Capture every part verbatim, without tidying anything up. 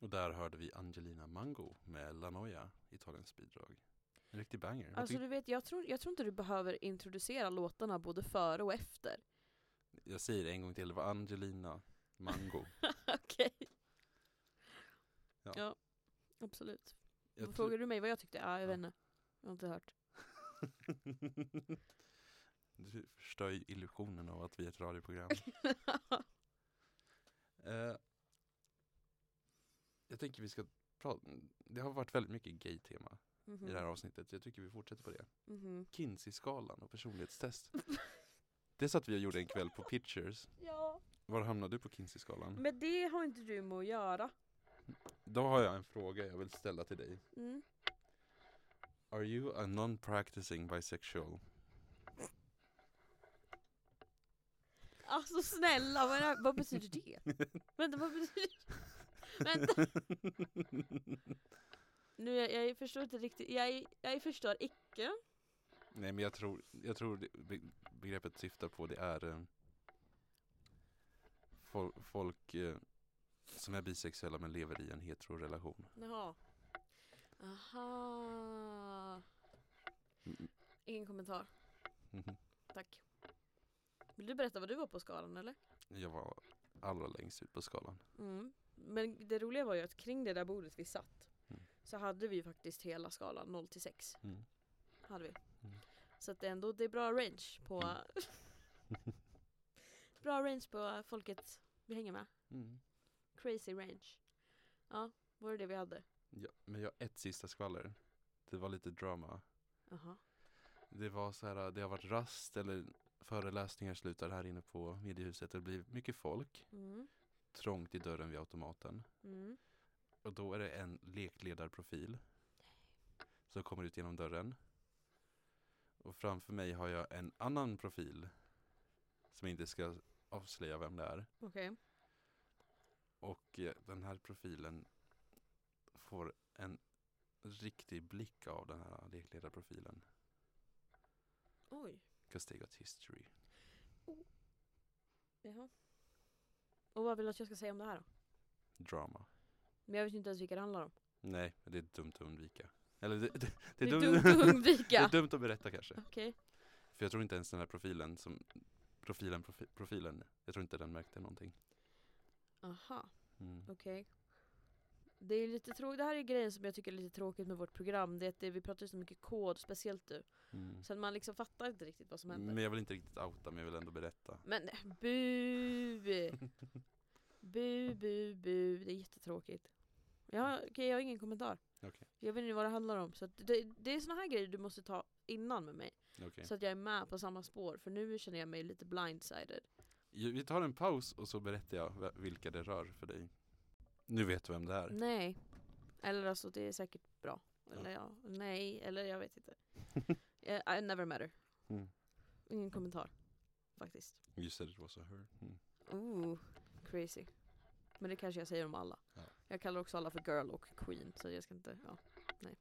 Och där hörde vi Angelina Mango med La Noia, Italiens bidrag. En riktig banger. Alltså du vet, jag tror, jag tror inte du behöver introducera låtarna både före och efter. Jag säger en gång till, det var Angelina Mango. Okej. Ja. Ja, absolut. Jag Vad tror- frågar du mig vad jag tyckte? Ja, jag Ja. vet inte. Jag har inte hört. Du förstör ju illusionen av att vi är ett radioprogram. eh, jag tänker vi ska prata. Det har varit väldigt mycket gay-tema Mhm. i det här avsnittet. Jag tycker vi fortsätter på det. Mhm. Kinsey-skalan och personlighetstest. Det satt vi och gjorde en kväll på Pictures. Ja. Var hamnade du på Kinsey-skalan? Men det har inte du med att göra. Då har jag en fråga jag vill ställa till dig. Mm. Are you a non-practicing bisexual? Alltså snälla, vad, är, vad betyder det? Vänta, vad betyder Vänta. Nu, jag, jag förstår inte riktigt. Jag, jag förstår icke. Nej, men jag tror, jag tror det, be- begreppet syftar på det är eh, fol, folk eh, som är bisexuella men lever i en heterorelation. Jaha. Aha. Mm. Ingen kommentar. Mhm. Tack. Vill du berätta vad du var på skalan eller? Jag var allra längst ut på skalan. Mm. Men det roliga var ju att kring det där bordet vi satt Mm. så hade vi ju faktiskt hela skalan noll till sex. Mm. Hade vi. Mm. Så att det ändå det är bra range på bra range på folket vi hänger med. Mm. Crazy range. Ja, var det det vi hade? Ja, men jag har ett sista skvaller. Det var lite drama. Jaha. Det var så här, det har varit rast eller föreläsningar slutar här inne på mediehuset. Det blir mycket folk. Mm. Trångt i dörren vid automaten. Mm. Och då är det en lekledarprofil som kommer ut genom dörren. Och framför mig har jag en annan profil som jag inte ska avslöja vem det är. Okej. Och eh, den här profilen får en riktig blick av den här lekledarprofilen. Oj. Because they got history. Jaha. Och vad vill du att jag ska säga om det här då? Drama. Men jag vet ju inte ens vilka det handlar om. Nej, det är dumt att undvika. Eller det, det, det, Det är dum- dumt att det undvika. är dumt att berätta kanske. Okej. För jag tror inte ens den här profilen som profilen, profi, profilen jag tror inte den märkte någonting. Aha. Mm. Okej. Det är lite tråkigt. Det här är grejen som jag tycker är lite tråkigt med vårt program. Det är att det, vi pratar så mycket kod, speciellt du. Mm. Så att man liksom fattar inte riktigt vad som händer. Men jag vill inte riktigt outa, men jag vill ändå berätta. Men bu! Bu, bu, bu. Det är jättetråkigt. Ja, okej, jag har ingen kommentar. Okej. Jag vet inte vad det handlar om. Så att det, det är såna här grejer du måste ta innan med mig. Okej. Så att jag är med på samma spår. För nu känner jag mig lite blindsided. Ju- Vi tar en paus och så berättar jag v- vilka det rör för dig. Nu vet du vem det är. Nej. Eller alltså det är säkert bra. Ja. Eller ja. Nej, eller jag vet inte. I, I never matter. Mm. Ingen kommentar. Faktiskt. You said it was a her. Mm. Ooh, crazy. Men det kanske jag säger om alla. Ja. Jag kallar också alla för girl och queen. Så jag ska inte, ja, nej.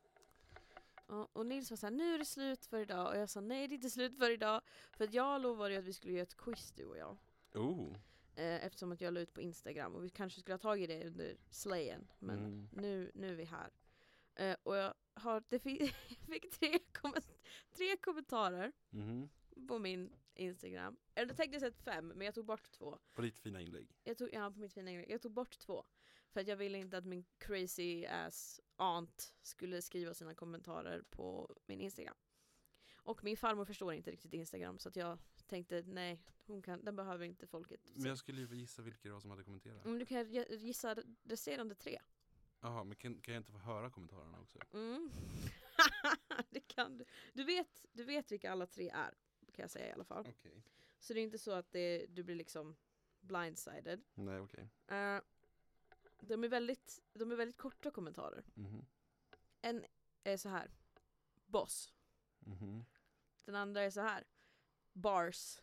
Ja, och Nils var såhär, nu är det slut för idag. Och jag sa, nej det är inte slut för idag. För att jag lovade ju att vi skulle göra ett quiz du och jag. Oh. Eh, eftersom att jag la ut på Instagram. Och vi kanske skulle ha tagit det under slayen. Men Mm. nu, nu är vi här. Eh, och jag har, det fick, jag fick tre, komment- tre kommentarer Mhm. på min Instagram. Eller tekniskt sett fem, men jag tog bort två. På ditt fina inlägg. Jag tog, ja, på mitt fina inlägg. Jag tog bort två. För att jag ville inte att min crazy ass aunt skulle skriva sina kommentarer på min Instagram. Och min farmor förstår inte riktigt Instagram. Så att jag tänkte, nej, hon kan, den behöver inte folket se. Men jag skulle ju gissa vilka det var som hade kommenterat. Mm, du kan ge- gissa resterande tre. Jaha, men kan, kan jag inte få höra kommentarerna också? Mm. Det kan du. Du vet, du vet vilka alla tre är, kan jag säga i alla fall. Okej. Så det är inte så att det, du blir liksom blindsided. Nej, okej. Eh, de, är väldigt, de är väldigt korta kommentarer. Mhm. En är så här. Boss. Mhm. Den andra är så här. Bars.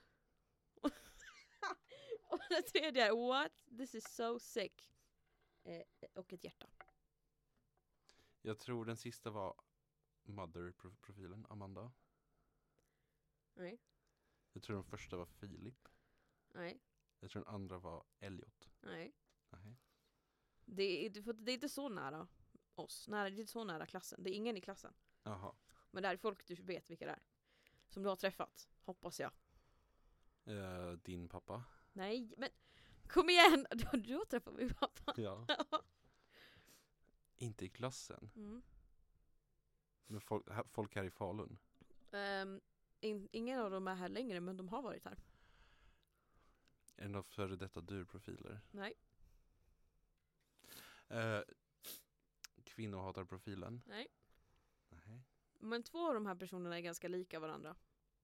Och den tredje är what? This is so sick. Eh, och ett hjärta. Jag tror den sista var Mother-profilen, Amanda. Nej. Jag tror den första var Filip. Nej. Jag tror den andra var Elliot. Nej. Nej. Det är, det, för det är inte så nära oss. Nära, det är inte så nära klassen. Det är ingen i klassen. Jaha. Men det här är folk du vet vilka det är. Som du har träffat, hoppas jag. Eh, din pappa? Nej, men kom igen! Du, du har träffat min pappa. Ja. Inte i klassen. Mm. Men folk, här, folk här i Falun. Um, in, ingen av dem är här längre, men de har varit här. Är det några före detta durprofiler? Nej. Eh, kvinnohatarprofilen? Nej. Nej. Men två av de här personerna är ganska lika varandra.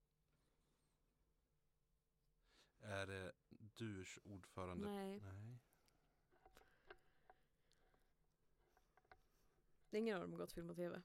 Är det durs ordförande? Nej. Nej. Ingen av dem har gått film och tv.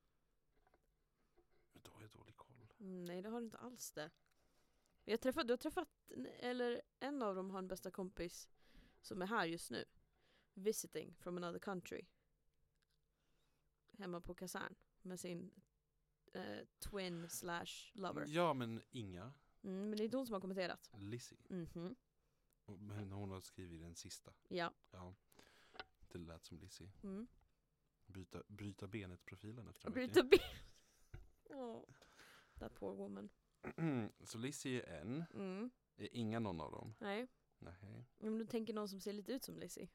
Då har jag dålig koll. Mm, nej, det har du inte alls det. Jag har träffat, du har träffat, eller en av dem har en bästa kompis som är här just nu. Visiting from another country. Hemma på kasern med sin eh, twin slash lover. Ja, men Inga. Mm, men det är inte hon som har kommenterat. Lizzie. Mhm. Och- Men hon har skrivit den sista. Ja. Ja. Det lät som Lizzie. Mm. Bryta, bryta benet-profilen efter en Bryta ben. Oh, that poor woman. vecka. Så Lizzie är en. Mm. Är Inga någon av dem? Nej. Nej. Om du tänker någon som ser lite ut som Lizzie.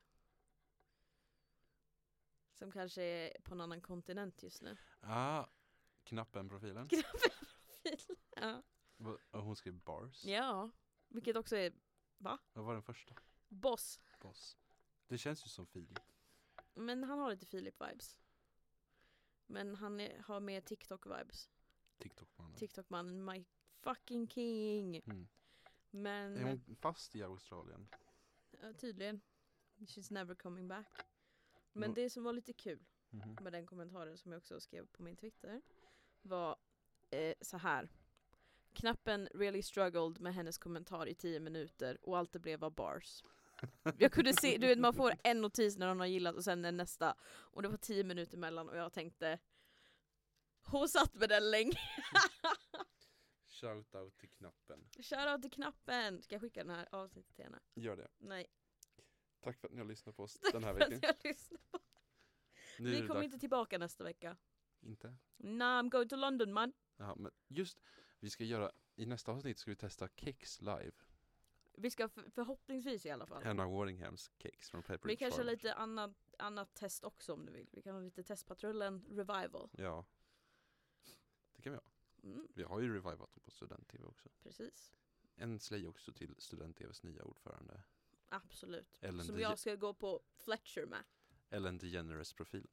Som kanske är på en annan kontinent just nu. Ah, knappen-profilen. Ja. Va- och hon skrev bars. Ja. Vilket också är Vad var den första? boss. Boss. Det känns ju som Filip. Men han har lite Filip-vibes. Men han är, har mer TikTok-vibes. TikTok-mannen. TikTok-mannen, my fucking king. Mm. Men Är hon fast i Australien? ja, tydligen. She's never coming back. Men Mm. det som var lite kul Mhm. med den kommentaren som jag också skrev på min Twitter var eh, så här. Knappen really struggled med hennes kommentar i tio minuter och allt det blev var bars. Jag kunde se, du vet, man får en notis när hon har gillat och sen en nästa. Och det var tio minuter mellan och jag tänkte hon satt med den länge. Shoutout till knappen. Shoutout till knappen. Ska jag skicka den här avsnittet till henne? Gör det. Nej. Tack för att ni har lyssnat på oss Tack den här för att veckan. jag lyssnade på. Nu är Vi det kommer dags- inte tillbaka nästa vecka. Inte? Nah, I'm going to London, man. Ja, men just, vi ska göra, i nästa avsnitt ska vi testa Kex live. Vi ska för, förhoppningsvis i alla fall. Henna Waringhams Kex från Pepperidge Vi kanske har Farm. lite annat, annat test också om du vill. Vi kan ha lite testpatrullen revival. Ja. Det kan vi ha. Mm, Vi har ju revivat dem på student-tv också. precis. En slay också till student-tvs nya ordförande. Absolut. Ellen, Som De- jag ska gå på Fletcher med. Ellen DeGeneres-profilen.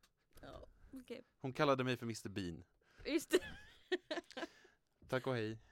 Ja, okej. Hon kallade mig för mister Bean. Just det. Tack och hej.